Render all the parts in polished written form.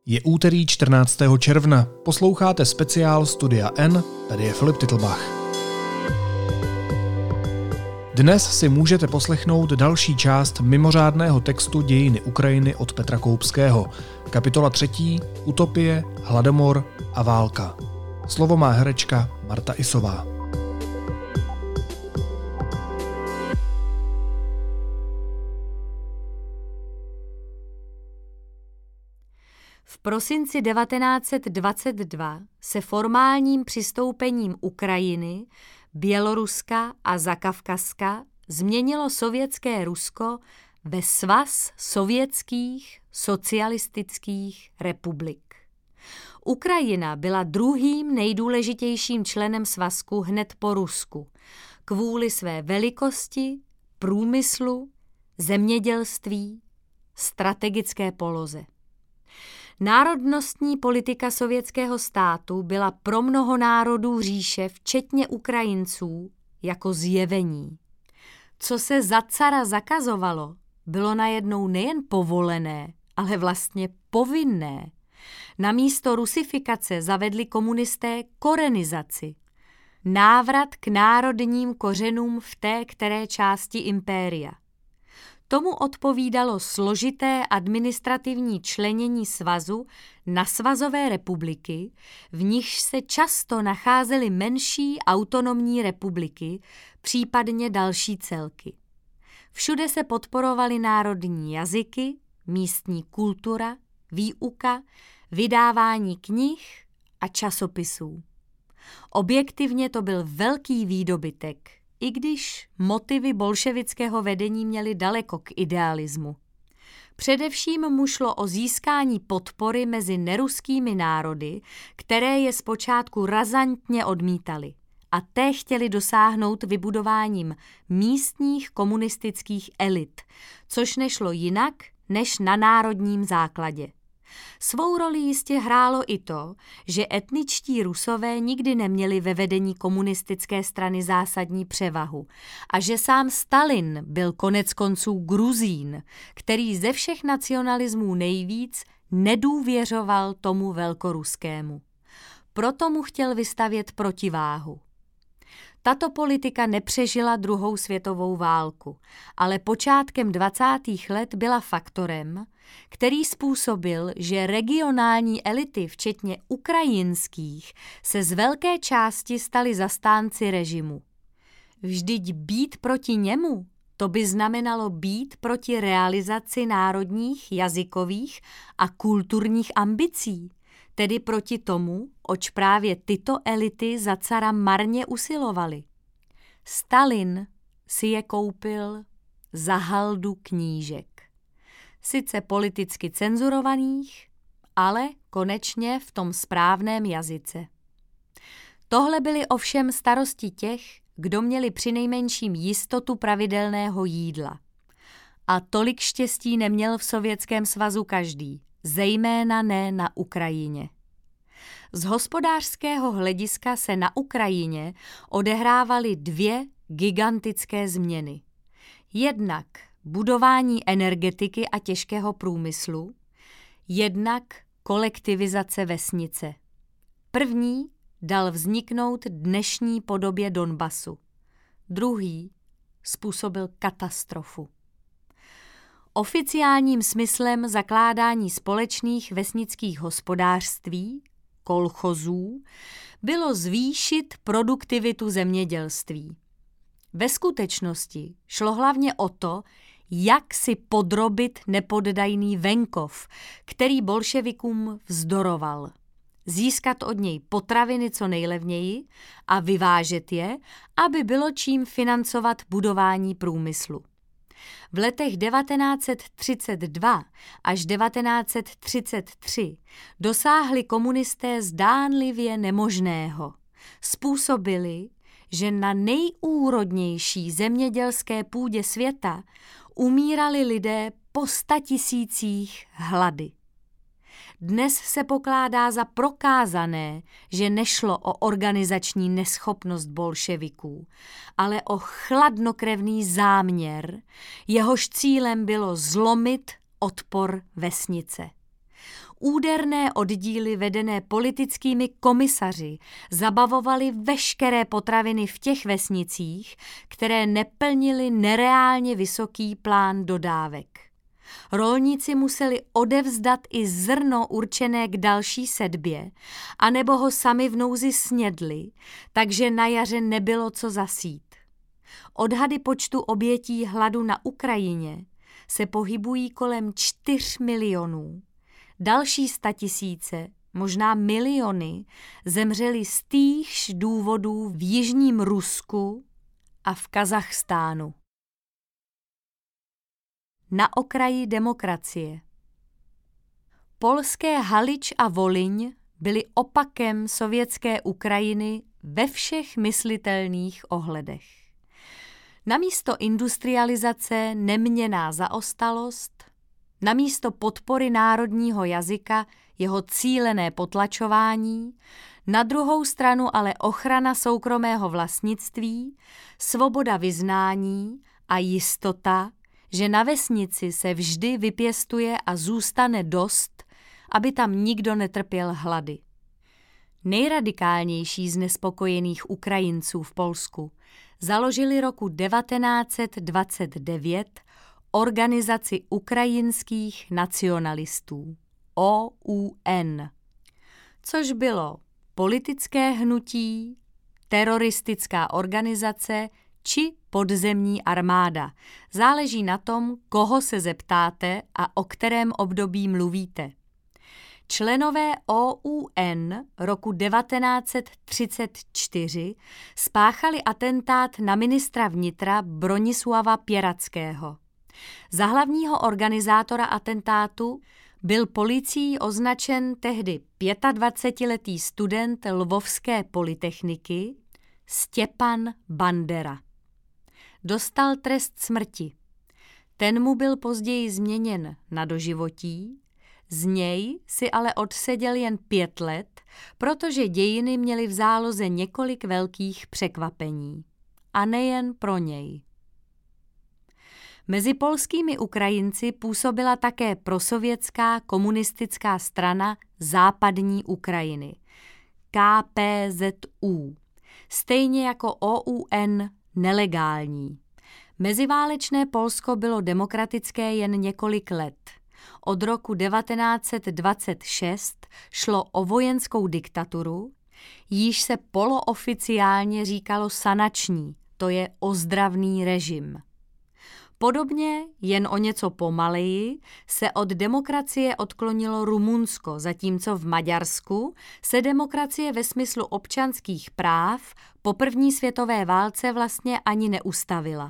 Je úterý 14. června, posloucháte speciál Studia N, tady je Filip Titlbach. Dnes si můžete poslechnout další část mimořádného textu Dějiny Ukrajiny od Petra Koupského. Kapitola 3. Utopie, hladomor a válka. Slovo má herečka Marta Isová. V prosinci 1922 se formálním přistoupením Ukrajiny, Běloruska a Zakavkazska změnilo sovětské Rusko ve Svaz sovětských socialistických republik. Ukrajina byla druhým nejdůležitějším členem svazku hned po Rusku, kvůli své velikosti, průmyslu, zemědělství, strategické poloze. Národnostní politika sovětského státu byla pro mnoho národů říše, včetně Ukrajinců, jako zjevení. Co se za cara zakazovalo, bylo najednou nejen povolené, ale vlastně povinné. Namísto rusifikace zavedli komunisté korenizaci. Návrat k národním kořenům v té které části impéria. Tomu odpovídalo složité administrativní členění svazu na svazové republiky, v nichž se často nacházely menší autonomní republiky, případně další celky. Všude se podporovaly národní jazyky, místní kultura, výuka, vydávání knih a časopisů. Objektivně to byl velký výdobytek, i když motivy bolševického vedení měly daleko k idealismu. Především mu šlo o získání podpory mezi neruskými národy, které je zpočátku razantně odmítali, a té chtěli dosáhnout vybudováním místních komunistických elit, což nešlo jinak než na národním základě. Svou roli jistě hrálo i to, že etničtí Rusové nikdy neměli ve vedení komunistické strany zásadní převahu a že sám Stalin byl koneckonců Gruzín, který ze všech nacionalismů nejvíc nedůvěřoval tomu velkoruskému. Proto mu chtěl vystavět protiváhu. Tato politika nepřežila druhou světovou válku, ale počátkem 20. let byla faktorem, který způsobil, že regionální elity, včetně ukrajinských, se z velké části staly zastánci režimu. Vždyť být proti němu, to by znamenalo být proti realizaci národních, jazykových a kulturních ambicí, tedy proti tomu, oč právě tyto elity za cara marně usilovaly. Stalin si je koupil za haldu knížek. Sice politicky cenzurovaných, ale konečně v tom správném jazyce. Tohle byly ovšem starosti těch, kdo měli přinejmenším jistotu pravidelného jídla. A tolik štěstí neměl v Sovětském svazu každý, zejména ne na Ukrajině. Z hospodářského hlediska se na Ukrajině odehrávaly dvě gigantické změny. Jednak budování energetiky a těžkého průmyslu, jednak kolektivizace vesnice. První dal vzniknout dnešní podobě Donbasu. Druhý způsobil katastrofu. Oficiálním smyslem zakládání společných vesnických hospodářství, kolchozů, bylo zvýšit produktivitu zemědělství. Ve skutečnosti šlo hlavně o to, jak si podrobit nepoddajný venkov, který bolševikům vzdoroval. Získat od něj potraviny co nejlevněji a vyvážet je, aby bylo čím financovat budování průmyslu. V letech 1932 až 1933 dosáhli komunisté zdánlivě nemožného. Způsobili, že na nejúrodnější zemědělské půdě světa umírali lidé po 100 000 hlady. Dnes se pokládá za prokázané, že nešlo o organizační neschopnost bolševiků, ale o chladnokrevný záměr, jehož cílem bylo zlomit odpor vesnice. Úderné oddíly vedené politickými komisaři zabavovaly veškeré potraviny v těch vesnicích, které neplnily nereálně vysoký plán dodávek. Rolníci museli odevzdat i zrno určené k další setbě, anebo ho sami v nouzi snědli, takže na jaře nebylo co zasít. Odhady počtu obětí hladu na Ukrajině se pohybují kolem 4 milionů. Další 100 000, možná miliony, zemřeli z týchž důvodů v jižním Rusku a v Kazachstánu. Na okraji demokracie. Polské Halič a Volyň byly opakem sovětské Ukrajiny ve všech myslitelných ohledech. Namísto industrializace neměnná zaostalost, namísto podpory národního jazyka jeho cílené potlačování, na druhou stranu ale ochrana soukromého vlastnictví, svoboda vyznání a jistota, že na vesnici se vždy vypěstuje a zůstane dost, aby tam nikdo netrpěl hlady. Nejradikálnější z nespokojených Ukrajinců v Polsku založili roku 1929 Organizaci ukrajinských nacionalistů, OUN, což bylo politické hnutí, teroristická organizace či podzemní armáda. Záleží na tom, koho se zeptáte a o kterém období mluvíte. Členové OUN roku 1934 spáchali atentát na ministra vnitra Bronisława Pierackého. Za hlavního organizátora atentátu byl policií označen tehdy 25letý student Lvovské polytechniky Stepan Bandera. Dostal trest smrti. Ten mu byl později změněn na doživotí, z něj si ale odseděl jen 5 let, protože dějiny měly v záloze několik velkých překvapení. A nejen pro něj. Mezi polskými Ukrajinci působila také prosovětská komunistická strana Západní Ukrajiny, KPZU, stejně jako OUN nelegální. Meziválečné Polsko bylo demokratické jen několik let. Od roku 1926 šlo o vojenskou diktaturu, jíž se polooficiálně říkalo sanační, to je ozdravný režim. Podobně, jen o něco pomaleji, se od demokracie odklonilo Rumunsko, zatímco v Maďarsku se demokracie ve smyslu občanských práv po první světové válce vlastně ani neustavila.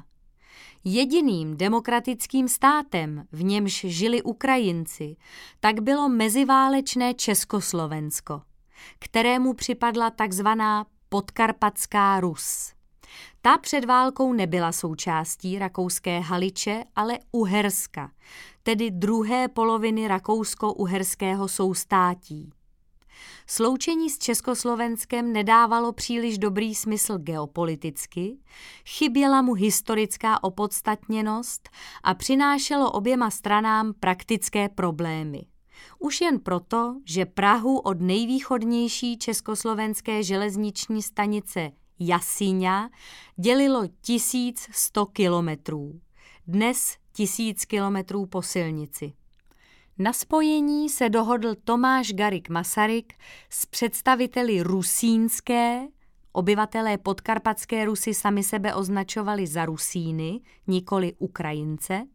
Jediným demokratickým státem, v němž žili Ukrajinci, tak bylo meziválečné Československo, kterému připadla takzvaná Podkarpatská Rus. Ta před válkou nebyla součástí rakouské Haliče, ale Uherska, tedy druhé poloviny rakousko-uherského soustátí. Sloučení s Československem nedávalo příliš dobrý smysl geopoliticky, chyběla mu historická opodstatněnost a přinášelo oběma stranám praktické problémy. Už jen proto, že Prahu od nejvýchodnější československé železniční stanice Jasíňa dělilo 1100 kilometrů, dnes 1000 kilometrů po silnici. Na spojení se dohodl Tomáš Garrigue Masaryk s představiteli rusínské, obyvatelé podkarpatské Rusy sami sebe označovali za Rusíny, nikoli Ukrajince,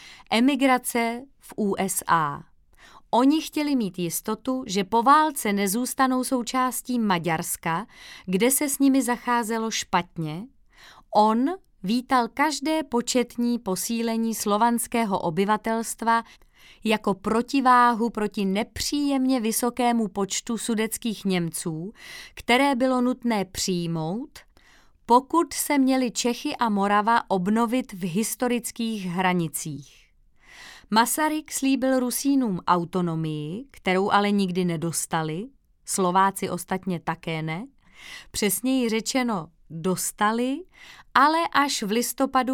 emigrace v USA. Oni chtěli mít jistotu, že po válce nezůstanou součástí Maďarska, kde se s nimi zacházelo špatně. On vítal každé početní posílení slovanského obyvatelstva jako protiváhu proti nepříjemně vysokému počtu sudetských Němců, které bylo nutné přijmout, pokud se měli Čechy a Morava obnovit v historických hranicích. Masaryk slíbil Rusínům autonomii, kterou ale nikdy nedostali, Slováci ostatně také ne, přesněji řečeno dostali, ale až v listopadu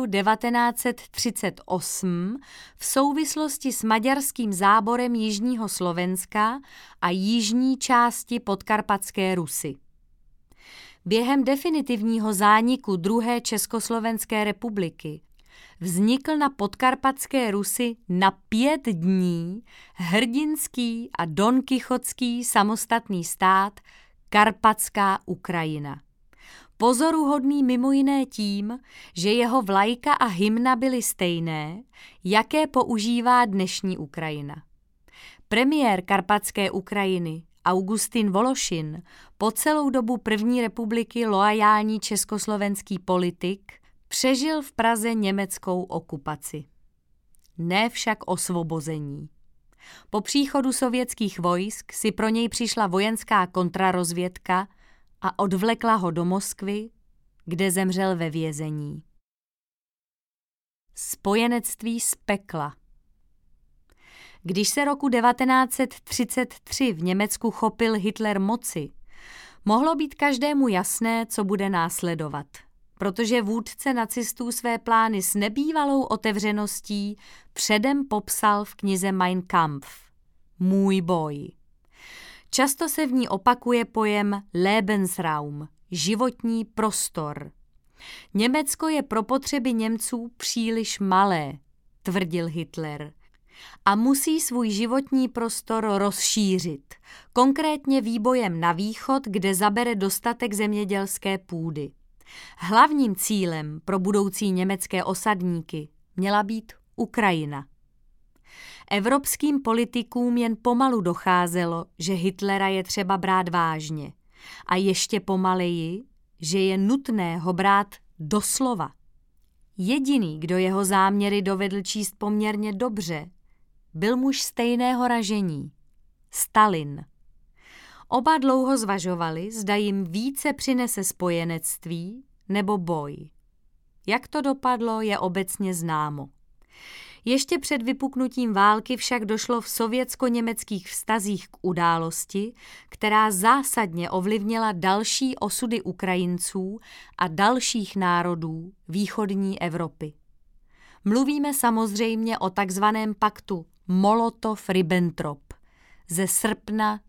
1938 v souvislosti s maďarským záborem jižního Slovenska a jižní části Podkarpatské Rusy. Během definitivního zániku druhé Československé republiky vznikl na Podkarpatské Rusi na 5 dní hrdinský a donkichotský samostatný stát Karpatská Ukrajina. Pozoruhodný mimo jiné tím, že jeho vlajka a hymna byly stejné, jaké používá dnešní Ukrajina. Premiér Karpatské Ukrajiny Augustin Vološin, po celou dobu první republiky loajální československý politik, přežil v Praze německou okupaci. Ne však osvobození. Po příchodu sovětských vojsk si pro něj přišla vojenská kontrarozvědka a odvlekla ho do Moskvy, kde zemřel ve vězení. Spojenectví z pekla. Když se roku 1933 v Německu chopil Hitler moci, mohlo být každému jasné, co bude následovat, protože vůdce nacistů své plány s nebývalou otevřeností předem popsal v knize Mein Kampf, Můj boj. Často se v ní opakuje pojem Lebensraum, životní prostor. Německo je pro potřeby Němců příliš malé, tvrdil Hitler, a musí svůj životní prostor rozšířit, konkrétně výbojem na východ, kde zabere dostatek zemědělské půdy. Hlavním cílem pro budoucí německé osadníky měla být Ukrajina. Evropským politikům jen pomalu docházelo, že Hitlera je třeba brát vážně a ještě pomaleji, že je nutné ho brát doslova. Jediný, kdo jeho záměry dovedl číst poměrně dobře, byl muž stejného ražení, Stalin. Oba dlouho zvažovali, zda jim více přinese spojenectví nebo boj. Jak to dopadlo, je obecně známo. Ještě před vypuknutím války však došlo v sovětsko-německých vztazích k události, která zásadně ovlivnila další osudy Ukrajinců a dalších národů východní Evropy. Mluvíme samozřejmě o takzvaném paktu Molotov-Ribbentrop ze srpna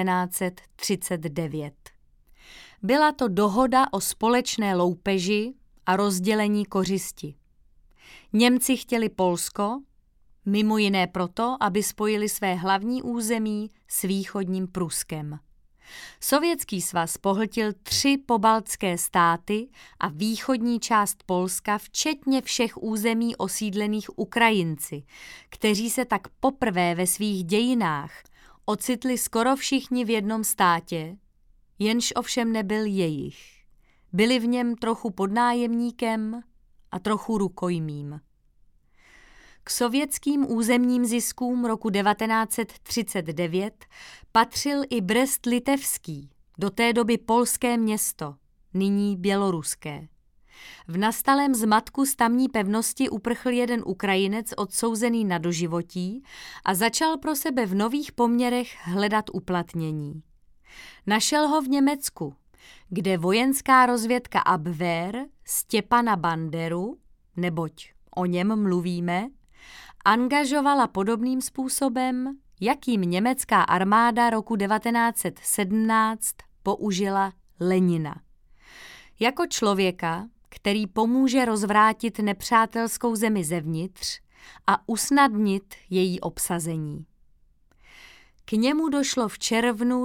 1939. Byla to dohoda o společné loupeži a rozdělení kořisti. Němci chtěli Polsko, mimo jiné proto, aby spojili své hlavní území s východním Pruskem. Sovětský svaz pohltil 3 pobaltské státy a východní část Polska, včetně všech území osídlených Ukrajinci, kteří se tak poprvé ve svých dějinách ocitli skoro všichni v jednom státě, jenž ovšem nebyl jejich. Byli v něm trochu podnájemníkem a trochu rukojmím. K sovětským územním ziskům roku 1939 patřil i Brest-Litevský, do té doby polské město, nyní běloruské. V nastalém zmatku z tamní pevnosti uprchl jeden Ukrajinec odsouzený na doživotí a začal pro sebe v nových poměrech hledat uplatnění. Našel ho v Německu, kde vojenská rozvědka Abwehr Stěpana Banderu, neboť o něm mluvíme, angažovala podobným způsobem, jakým německá armáda roku 1917 použila Lenina. Jako člověka, který pomůže rozvrátit nepřátelskou zemi zevnitř a usnadnit její obsazení. K němu došlo v červnu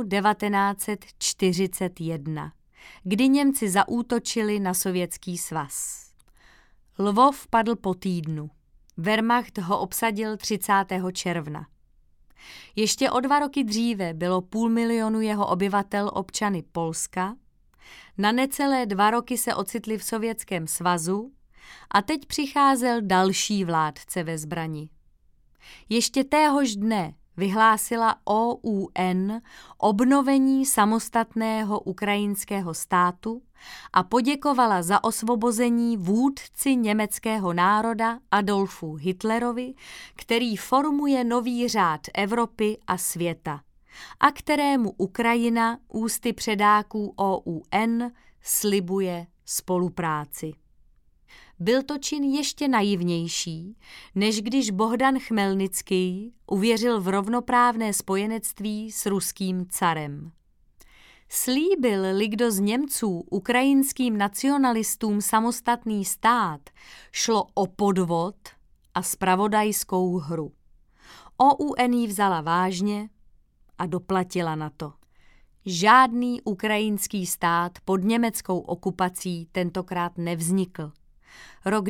1941, kdy Němci zaútočili na Sovětský svaz. Lvov padl po týdnu. Wehrmacht ho obsadil 30. června. Ještě o 2 roky dříve bylo 500 000 jeho obyvatel občany Polska, na necelé 2 roky se ocitli v Sovětském svazu a teď přicházel další vládce ve zbrani. Ještě téhož dne vyhlásila OUN obnovení samostatného ukrajinského státu a poděkovala za osvobození vůdci německého národa Adolfu Hitlerovi, který formuje nový řád Evropy a světa a kterému Ukrajina ústy předáků OUN slibuje spolupráci. Byl to čin ještě naivnější, než když Bohdan Chmelnický uvěřil v rovnoprávné spojenectví s ruským carem. Slíbil-li kdo z Němců ukrajinským nacionalistům samostatný stát, šlo o podvod a zpravodajskou hru. OUN ji vzala vážně a doplatila na to. Žádný ukrajinský stát pod německou okupací tentokrát nevznikl. Rok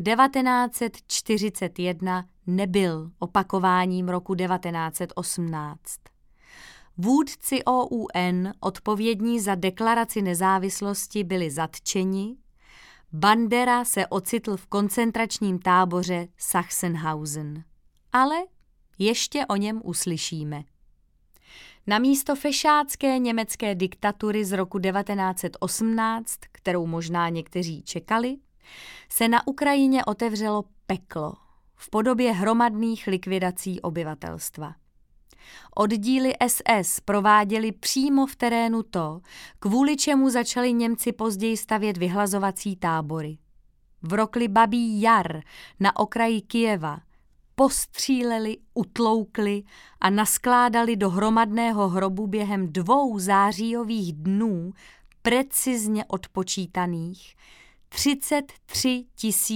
1941 nebyl opakováním roku 1918. Vůdci OUN odpovědní za deklaraci nezávislosti byli zatčeni, Bandera se ocitl v koncentračním táboře Sachsenhausen. Ale ještě o něm uslyšíme. Namísto fešácké německé diktatury z roku 1918, kterou možná někteří čekali, se na Ukrajině otevřelo peklo v podobě hromadných likvidací obyvatelstva. Oddíly SS prováděly přímo v terénu to, kvůli čemu začali Němci později stavět vyhlazovací tábory. V rokli Babí Jar na okraji Kyjeva postříleli, utloukli a naskládali do hromadného hrobu během 2 zářijových dnů precizně odpočítaných 33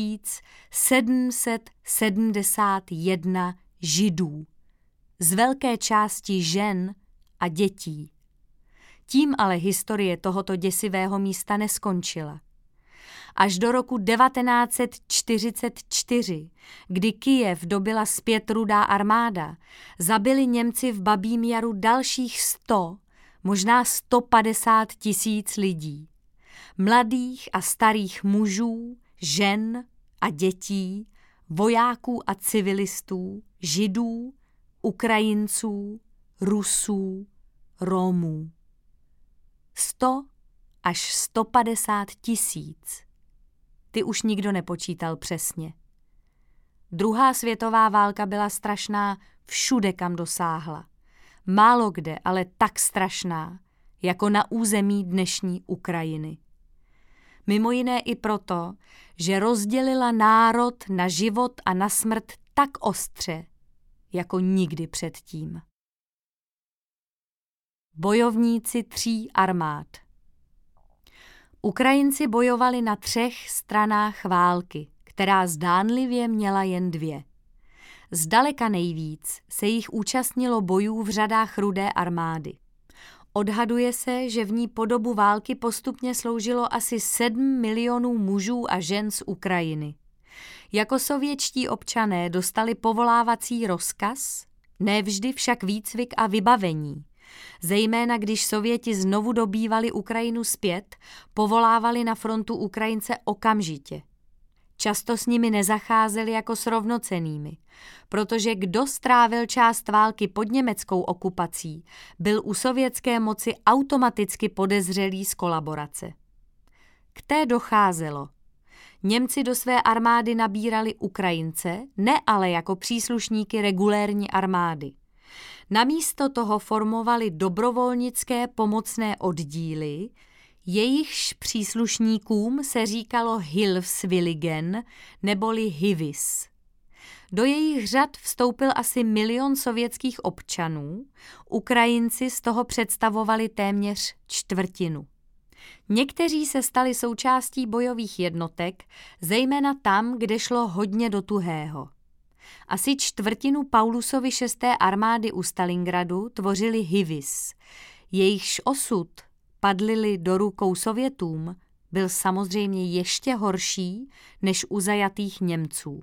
771 Židů, z velké části žen a dětí. Tím ale historie tohoto děsivého místa neskončila. Až do roku 1944, kdy Kyjev dobyla zpět Rudá armáda, zabili Němci v Babím Jaru dalších 100, možná 150 tisíc lidí. Mladých a starých mužů, žen a dětí, vojáků a civilistů, Židů, Ukrajinců, Rusů, Romů. 100 až 150 tisíc. Ty už nikdo nepočítal přesně. Druhá světová válka byla strašná všude, kam dosáhla. Málo kde, ale tak strašná, jako na území dnešní Ukrajiny. Mimo jiné i proto, že rozdělila národ na život a na smrt tak ostře, jako nikdy předtím. Bojovníci 3 armád. Ukrajinci bojovali na 3 stranách války, která zdánlivě měla jen 2. Zdaleka nejvíc se jich účastnilo bojů v řadách Rudé armády. Odhaduje se, že v ní po dobu války postupně sloužilo asi 7 milionů mužů a žen z Ukrajiny. Jako sovětští občané dostali povolávací rozkaz, ne vždy však výcvik a vybavení. Zejména když Sověti znovu dobývali Ukrajinu zpět, povolávali na frontu Ukrajince okamžitě. Často s nimi nezacházeli jako s rovnocennými, protože kdo strávil část války pod německou okupací, byl u sovětské moci automaticky podezřelý z kolaborace. K té docházelo. Němci do své armády nabírali Ukrajince, ne ale jako příslušníky regulérní armády. Namísto toho formovali dobrovolnické pomocné oddíly, jejichž příslušníkům se říkalo Hilfswilligen neboli Hivis. Do jejich řad vstoupil asi 1 milion sovětských občanů, Ukrajinci z toho představovali téměř 1/4. Někteří se stali součástí bojových jednotek, zejména tam, kde šlo hodně do tuhého. Asi 1/4 Paulusovy 6. armády u Stalingradu tvořili Hivis. Jejichž osud, padli-li do rukou Sovětům, byl samozřejmě ještě horší než u zajatých Němců.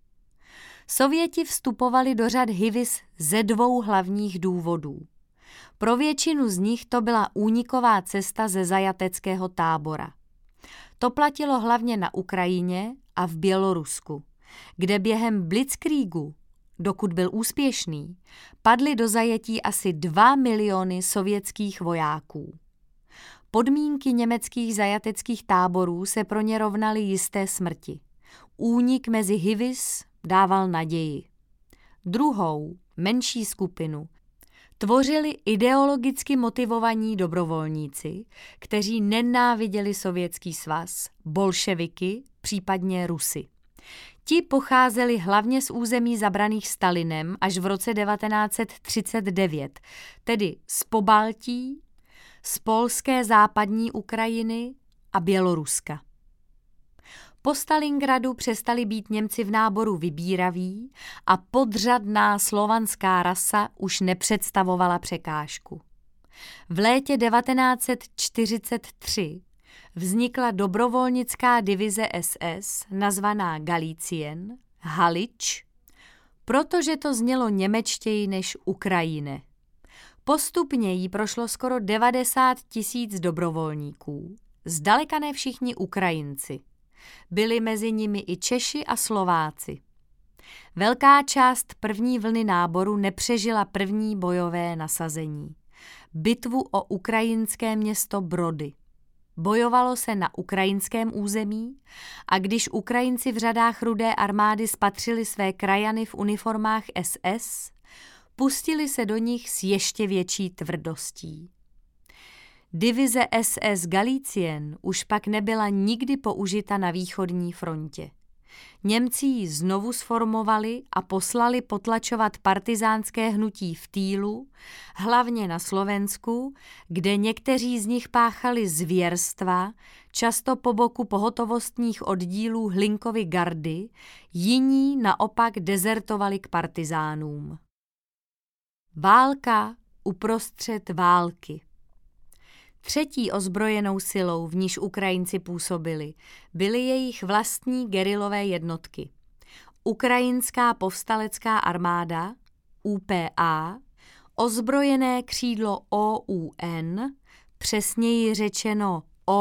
Sověti vstupovali do řad Hivis ze 2 hlavních důvodů. Pro většinu z nich to byla úniková cesta ze zajateckého tábora. To platilo hlavně na Ukrajině a v Bělorusku, kde během blitzkriegu, dokud byl úspěšný, padly do zajetí asi 2 miliony sovětských vojáků. Podmínky německých zajateckých táborů se pro ně rovnaly jisté smrti. Únik mezi Hivis dával naději. Druhou, menší skupinu, tvořili ideologicky motivovaní dobrovolníci, kteří nenáviděli Sovětský svaz, bolševiky, případně Rusy. Ti pocházeli hlavně z území zabraných Stalinem až v roce 1939, tedy z Pobaltí, z polské západní Ukrajiny a Běloruska. Po Stalingradu přestali být Němci v náboru vybíraví a podřadná slovanská rasa už nepředstavovala překážku. V létě 1943 vznikla dobrovolnická divize SS nazvaná Galicien, Halič, protože to znělo němečtěji než Ukrajine. Postupně jí prošlo skoro 90 000 dobrovolníků, zdaleka ne všichni Ukrajinci. Byli mezi nimi i Češi a Slováci. Velká část první vlny náboru nepřežila první bojové nasazení. Bitvu o ukrajinské město Brody. Bojovalo se na ukrajinském území a když Ukrajinci v řadách Rudé armády spatřili své krajany v uniformách SS, pustili se do nich s ještě větší tvrdostí. Divize SS Galicien už pak nebyla nikdy použita na východní frontě. Němci ji znovu sformovali a poslali potlačovat partizánské hnutí v Týlu, hlavně na Slovensku, kde někteří z nich páchali zvěrstva, často po boku pohotovostních oddílů Hlinkovy gardy, jiní naopak dezertovali k partizánům. Válka uprostřed války. Třetí ozbrojenou silou, v níž Ukrajinci působili, byly jejich vlastní gerilové jednotky. Ukrajinská povstalecká armáda, UPA, ozbrojené křídlo OUN, přesněji řečeno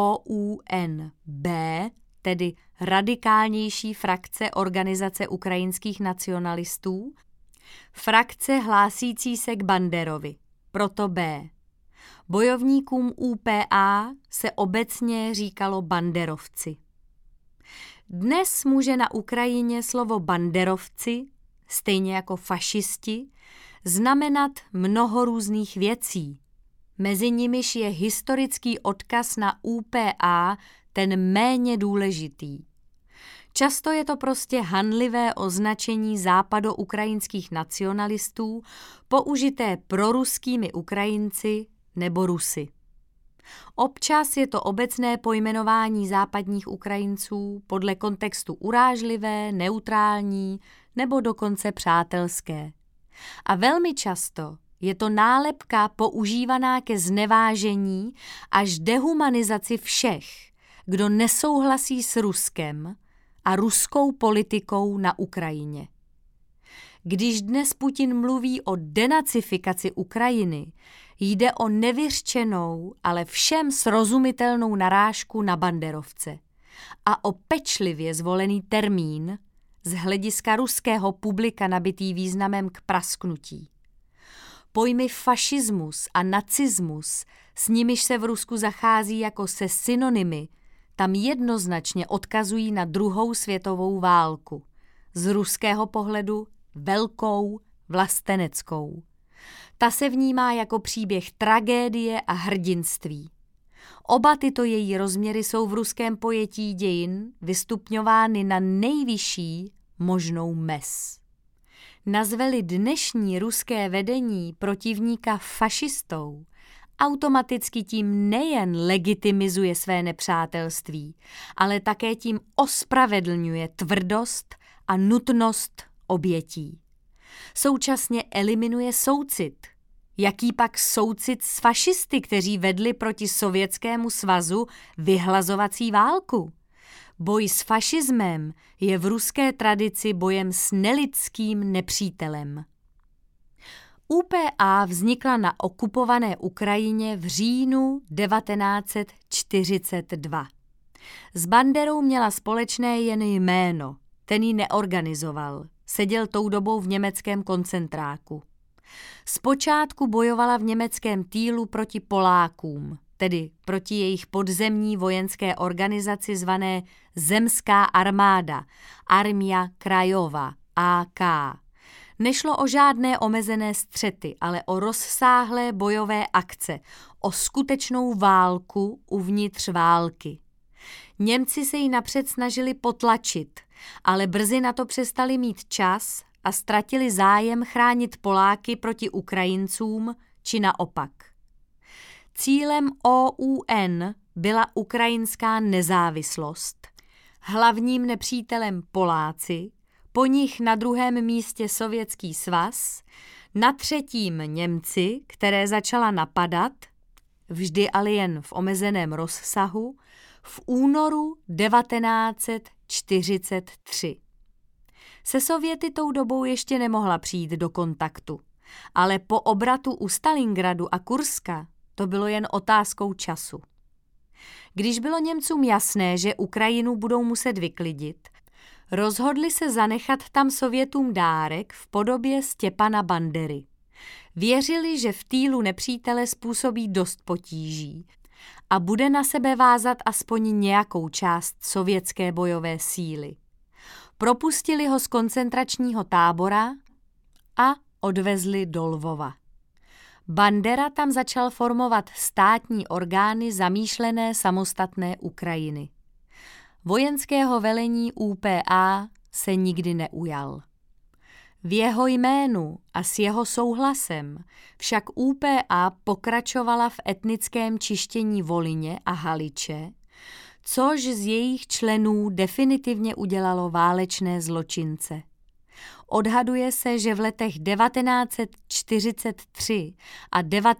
OUNB, tedy radikálnější frakce Organizace ukrajinských nacionalistů, frakce hlásící se k Banderovi, proto B. Bojovníkům UPA se obecně říkalo banderovci. Dnes může na Ukrajině slovo banderovci, stejně jako fašisti, znamenat mnoho různých věcí. Mezi nimiž je historický odkaz na UPA ten méně důležitý. Často je to prostě hanlivé označení západoukrajinských nacionalistů, použité proruskými Ukrajinci nebo Rusy. Občas je to obecné pojmenování západních Ukrajinců podle kontextu urážlivé, neutrální nebo dokonce přátelské. A velmi často je to nálepka používaná ke znevážení až dehumanizaci všech, kdo nesouhlasí s Ruskem a ruskou politikou na Ukrajině. Když dnes Putin mluví o denacifikaci Ukrajiny, jde o nevyřčenou, ale všem srozumitelnou narážku na banderovce a o pečlivě zvolený termín, z hlediska ruského publika nabitý významem k prasknutí. Pojmy fašismus a nacismus, s nimiž se v Rusku zachází jako se synonymy, tam jednoznačně odkazují na druhou světovou válku. Z ruského pohledu velkou vlasteneckou. Ta se vnímá jako příběh tragédie a hrdinství. Oba tyto její rozměry jsou v ruském pojetí dějin vystupňovány na nejvyšší možnou mez. Nazveli dnešní ruské vedení protivníka fašistou, automaticky tím nejen legitimizuje své nepřátelství, ale také tím ospravedlňuje tvrdost a nutnost obětí. Současně eliminuje soucit. Jaký pak soucit s fašisty, kteří vedli proti Sovětskému svazu vyhlazovací válku? Boj s fašismem je v ruské tradici bojem s nelidským nepřítelem. UPA vznikla na okupované Ukrajině v říjnu 1942. S Banderou měla společné jen jméno, ten ji neorganizoval, seděl tou dobou v německém koncentráku. Zpočátku bojovala v německém Týlu proti Polákům, tedy proti jejich podzemní vojenské organizaci zvané Zemská armáda, Armia Krajova, AK. Nešlo o žádné omezené střety, ale o rozsáhlé bojové akce, o skutečnou válku uvnitř války. Němci se ji napřed snažili potlačit, ale brzy na to přestali mít čas a ztratili zájem chránit Poláky proti Ukrajincům, či naopak. Cílem OUN byla ukrajinská nezávislost, hlavním nepřítelem Poláci, po nich na druhém místě Sovětský svaz, na třetím Němci, které začala napadat, vždy ale jen v omezeném rozsahu, v únoru 1943. Se Sověty tou dobou ještě nemohla přijít do kontaktu, ale po obratu u Stalingradu a Kurska to bylo jen otázkou času. Když bylo Němcům jasné, že Ukrajinu budou muset vyklidit, rozhodli se zanechat tam Sovětům dárek v podobě Stěpana Bandery. Věřili, že v týlu nepřítele způsobí dost potíží a bude na sebe vázat aspoň nějakou část sovětské bojové síly. Propustili ho z koncentračního tábora a odvezli do Lvova. Bandera tam začal formovat státní orgány zamýšlené samostatné Ukrajiny. Vojenského velení UPA se nikdy neujal. V jeho jménu a s jeho souhlasem však UPA pokračovala v etnickém čištění Volyně a Haliče, což z jejich členů definitivně udělalo válečné zločince. Odhaduje se, že v letech 1943 a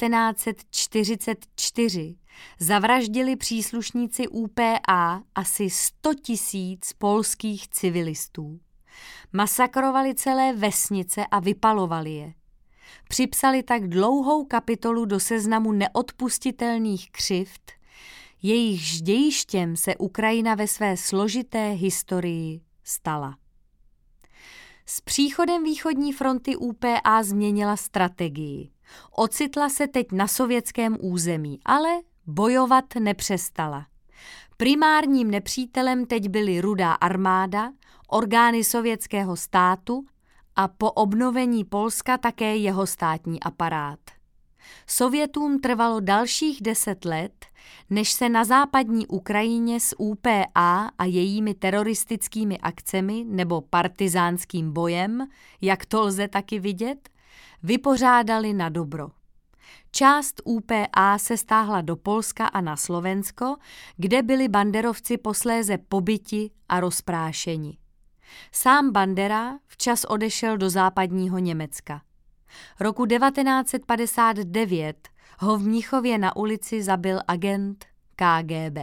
1944 zavraždili příslušníci UPA asi 100 000 polských civilistů. Masakrovali celé vesnice a vypalovali je. Připsali tak dlouhou kapitolu do seznamu neodpustitelných křivd, jejichž dějištěm se Ukrajina ve své složité historii stala. S příchodem východní fronty UPA změnila strategii. Ocitla se teď na sovětském území, ale bojovat nepřestala. Primárním nepřítelem teď byly Rudá armáda, orgány sovětského státu a po obnovení Polska také jeho státní aparát. Sovětům trvalo dalších 10 let, než se na západní Ukrajině s UPA a jejími teroristickými akcemi nebo partizánským bojem, jak to lze taky vidět, vypořádali na dobro. Část UPA se stáhla do Polska a na Slovensko, kde byli banderovci posléze pobiti a rozprášeni. Sám Bandera včas odešel do západního Německa. Roku 1959 ho v Mnichově na ulici zabil agent KGB.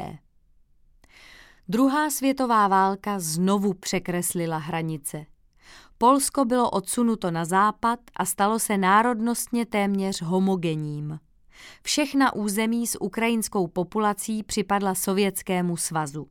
Druhá světová válka znovu překreslila hranice. Polsko bylo odsunuto na západ a stalo se národnostně téměř homogenním. Všechna území s ukrajinskou populací připadla Sovětskému svazu.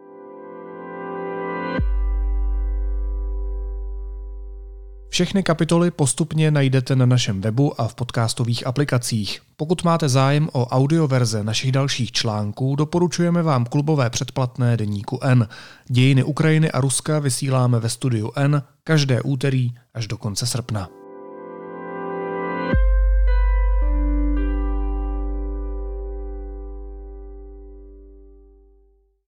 Všechny kapitoly postupně najdete na našem webu a v podcastových aplikacích. Pokud máte zájem o audioverze našich dalších článků, doporučujeme vám klubové předplatné deníku N. Dějiny Ukrajiny a Ruska vysíláme ve studiu N každé úterý až do konce srpna.